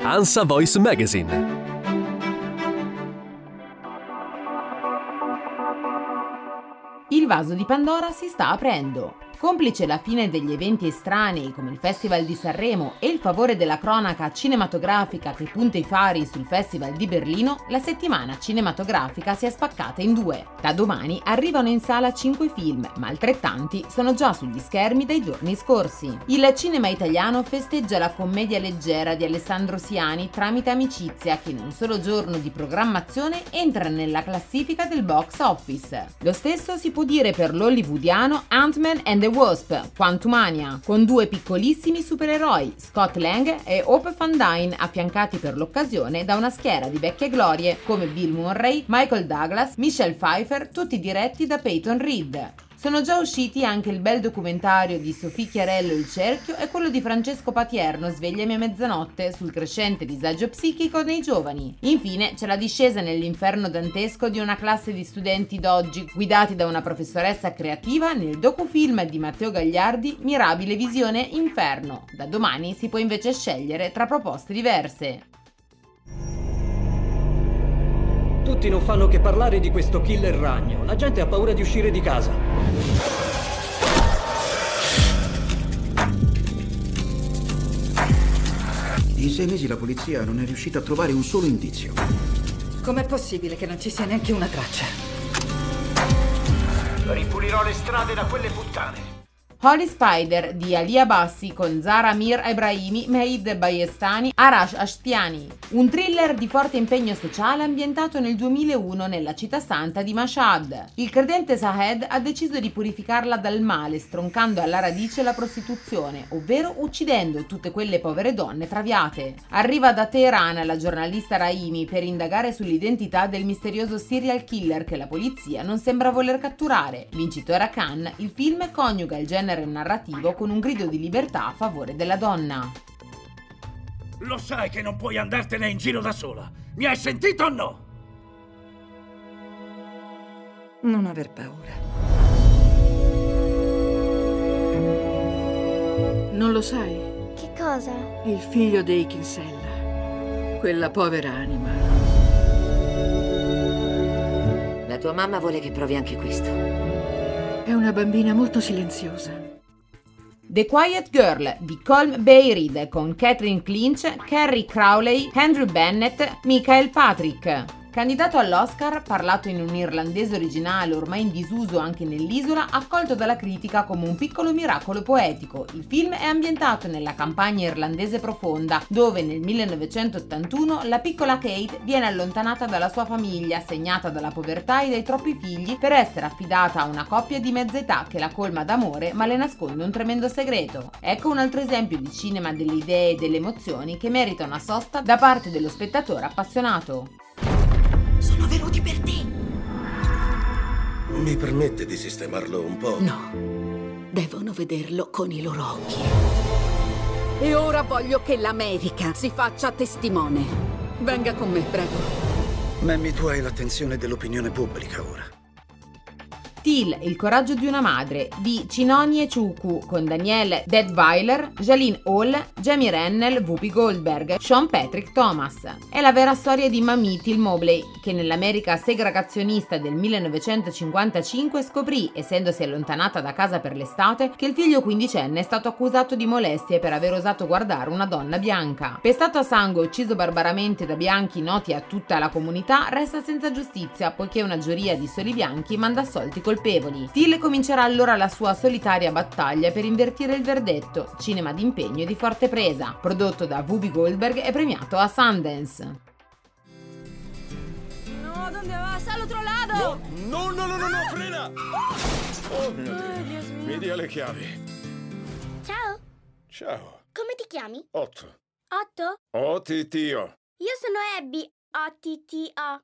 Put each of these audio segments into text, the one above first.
ANSA Voice Magazine. Il vaso di Pandora si sta aprendo. Complice la fine degli eventi estranei come il Festival di Sanremo e il favore della cronaca cinematografica che punta i fari sul Festival di Berlino, la settimana cinematografica si è spaccata in due. Da domani arrivano in sala 5 film, ma altrettanti sono già sugli schermi dai giorni scorsi. Il cinema italiano festeggia la commedia leggera di Alessandro Siani tramite Amicizia, che in un solo giorno di programmazione entra nella classifica del box office. Lo stesso si può dire per l'hollywoodiano Ant-Man and the Wasp, Quantumania, con due piccolissimi supereroi, Scott Lang e Hope Van Dyne, affiancati per l'occasione da una schiera di vecchie glorie come Bill Murray, Michael Douglas, Michelle Pfeiffer, tutti diretti da Peyton Reed. Sono già usciti anche il bel documentario di Sophie Chiarello Il Cerchio e quello di Francesco Patierno Svegliami a mezzanotte sul crescente disagio psichico nei giovani. Infine c'è la discesa nell'inferno dantesco di una classe di studenti d'oggi guidati da una professoressa creativa nel docufilm di Matteo Gagliardi Mirabile Visione Inferno. Da domani si può invece scegliere tra proposte diverse. Tutti non fanno che parlare di questo killer ragno. La gente ha paura di uscire di casa. In 6 mesi la polizia non è riuscita a trovare un solo indizio. Com'è possibile che non ci sia neanche una traccia? Ripulirò le strade da quelle puttane. Holy Spider di Alia Bassi con Zara Amir Ebrahimi, Meid Bayestani, Arash Ashtiani. Un thriller di forte impegno sociale ambientato nel 2001 nella città santa di Mashhad. Il credente Sahed ha deciso di purificarla dal male stroncando alla radice la prostituzione, ovvero uccidendo tutte quelle povere donne traviate. Arriva da Teheran la giornalista Raimi per indagare sull'identità del misterioso serial killer che la polizia non sembra voler catturare. Vincitore a Cannes, il film coniuga il genere narrativo con un grido di libertà a favore della donna. Lo sai che non puoi andartene in giro da sola. Mi hai sentito o no? Non aver paura. Non lo sai? Che cosa? Il figlio dei Kinsella. Quella povera anima. La tua mamma vuole che provi anche questo. È una bambina molto silenziosa. The Quiet Girl di Colm Bay-Reid con Catherine Clinch, Carrie Crowley, Andrew Bennett, Michael Patrick. Candidato all'Oscar, parlato in un irlandese originale ormai in disuso anche nell'isola, accolto dalla critica come un piccolo miracolo poetico. Il film è ambientato nella campagna irlandese profonda, dove nel 1981 la piccola Kate viene allontanata dalla sua famiglia, segnata dalla povertà e dai troppi figli, per essere affidata a una coppia di mezza età che la colma d'amore ma le nasconde un tremendo segreto. Ecco un altro esempio di cinema delle idee e delle emozioni che merita una sosta da parte dello spettatore appassionato. Sono venuti per te! Mi permette di sistemarlo un po'? No, devono vederlo con i loro occhi. E ora voglio che l'America si faccia testimone. Venga con me, prego. Mammy, tu hai l'attenzione dell'opinione pubblica ora. Till, il coraggio di una madre di Chinonye Chukwu con Danielle Deadweiler, Jaline Hall, Jamie Rennell, Whoopi Goldberg, Sean Patrick Thomas. È la vera storia di Mamie Till Mobley, che nell'America segregazionista del 1955 scoprì, essendosi allontanata da casa per l'estate, che il figlio quindicenne è stato accusato di molestie per aver osato guardare una donna bianca. Pestato a sangue e ucciso barbaramente da bianchi noti a tutta la comunità, resta senza giustizia poiché una giuria di soli bianchi manda assolti colpevoli. Till comincerà allora la sua solitaria battaglia per invertire il verdetto, cinema d'impegno e di forte presa, prodotto da Whoopi Goldberg e premiato a Sundance. No, ¿dónde vas? ¡Al otro lado! No, frena! Oh mio Dio, mi dia le chiavi. Ciao, Ciao. come ti chiami? Otto. Otto? Tio. Io sono Abby. O-T-T-O.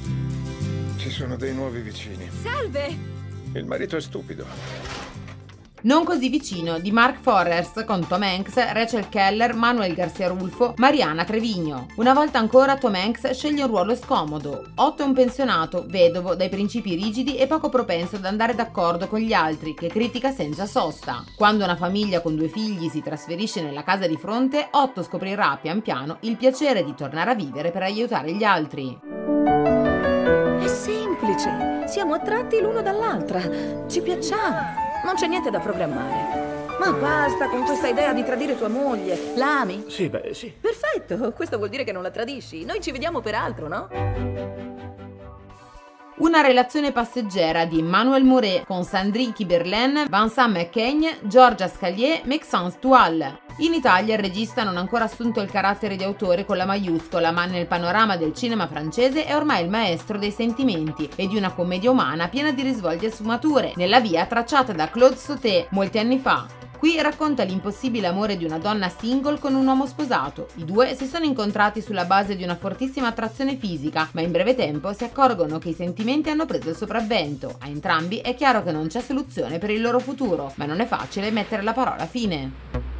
Ci sono dei nuovi vicini. Salve! Il marito è stupido. Non così vicino di Mark Forrest con Tom Hanks, Rachel Keller, Manuel Garcia Rulfo, Mariana Trevigno. Una volta ancora Tom Hanks sceglie un ruolo scomodo. Otto è un pensionato, vedovo, dai principi rigidi e poco propenso ad andare d'accordo con gli altri, che critica senza sosta. Quando una famiglia con 2 figli si trasferisce nella casa di fronte, Otto scoprirà pian piano il piacere di tornare a vivere per aiutare gli altri. È semplice, siamo attratti l'uno dall'altra, ci piacciamo. Non c'è niente da programmare. Ma basta con questa idea di tradire tua moglie. La ami? Sì, beh, sì. Perfetto, questo vuol dire che non la tradisci. Noi ci vediamo per altro, no? Una relazione passeggera di Emmanuel Mouret con Sandrine Kiberlen, Vincent McCain, Georgia Scalier, Maxence Tual. In Italia il regista non ha ancora assunto il carattere di autore con la maiuscola, ma nel panorama del cinema francese è ormai il maestro dei sentimenti e di una commedia umana piena di risvolti e sfumature, nella via tracciata da Claude Sautet molti anni fa. Qui racconta l'impossibile amore di una donna single con un uomo sposato. I due si sono incontrati sulla base di una fortissima attrazione fisica, ma in breve tempo si accorgono che i sentimenti hanno preso il sopravvento. A entrambi è chiaro che non c'è soluzione per il loro futuro, ma non è facile mettere la parola fine.